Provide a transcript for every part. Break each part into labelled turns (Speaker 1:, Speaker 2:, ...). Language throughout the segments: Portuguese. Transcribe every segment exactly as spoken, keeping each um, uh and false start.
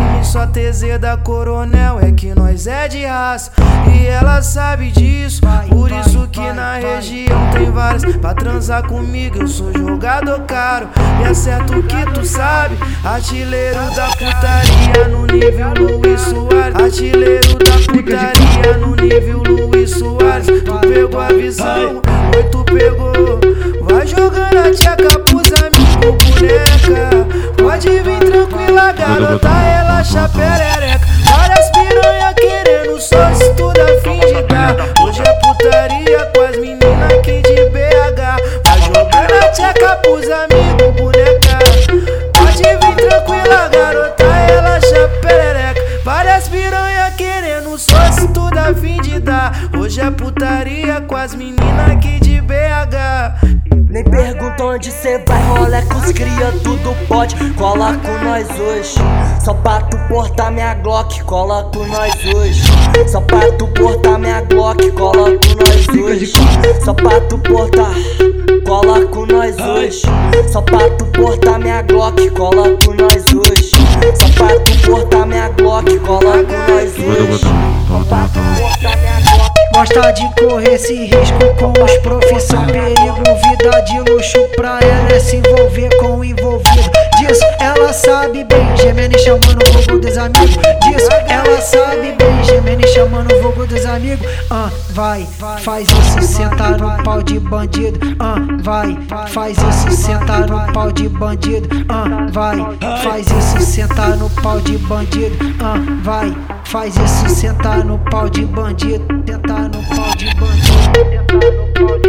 Speaker 1: M só T Z da Coronel, é que nós é de raça e ela sabe disso. Por isso que na região tem várias. Pra transar comigo eu sou jogador caro, e é certo que tu sabe. Artilheiro da putaria no nível Luiz Soares. Artilheiro da putaria no nível Luiz Soares. Tu pegou a visão, oi tu pegou. Vai jogando a tcheca pros amigos, boneca. Pode vir tranquila, garota, relaxa perereca. Várias piranha querendo só, se tudo a fim de dar. Hoje é putaria com as meninas aqui de B H. Vai jogando a tcheca pros amigos, boneca. Pode vir tranquila, garota, relaxa perereca. Várias piranha querendo só, se tudo a fim de dar. Hoje é putaria com as meninas aqui de B H.
Speaker 2: Nem pergunta onde cê vai, rolé com os cria, tudo pode. Cola com nós hoje, só pra tu portar minha Glock. Cola com nós hoje, só pra tu portar minha Glock. Cola com nós hoje, só pra tu portar. Cola com nós hoje, só pra tu portar minha Glock. Cola com nós hoje, só pra tu portar minha Glock. Cola com nós hoje, só pra tu portar minha Glock.
Speaker 3: Gosta de correr esse risco com os profissão, perigo, vida de luxo pra ela é se envolver com o envolvido. Disso ela sabe bem, gemendo e chamando o fogo dos amigos. Disso ela sabe bem, gemendo e chamando o fogo dos amigos. Ah, vai, faz isso, senta no pau de bandido. Ah, vai, faz isso, senta no pau de bandido. Ah, vai, faz isso, senta no pau de bandido. Ah, vai, faz isso, senta no pau de bandido. Senta no pau de bandido.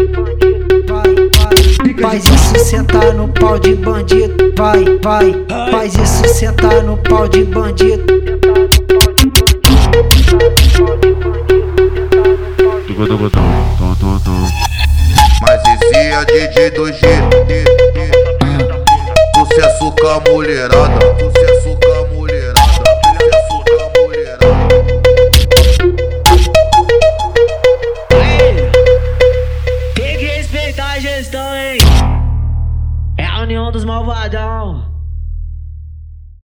Speaker 3: Vai, vai, faz isso, sentar no pau de bandido. Vai, vai, faz isso, sentar no pau de bandido.
Speaker 4: Mas esse é D J do G. Sucesso com a mulherada. Sucesso com a mulherada. Sucesso com a mulherada.
Speaker 5: Tem que respeitar a gestão, hein? É a união dos malvadão.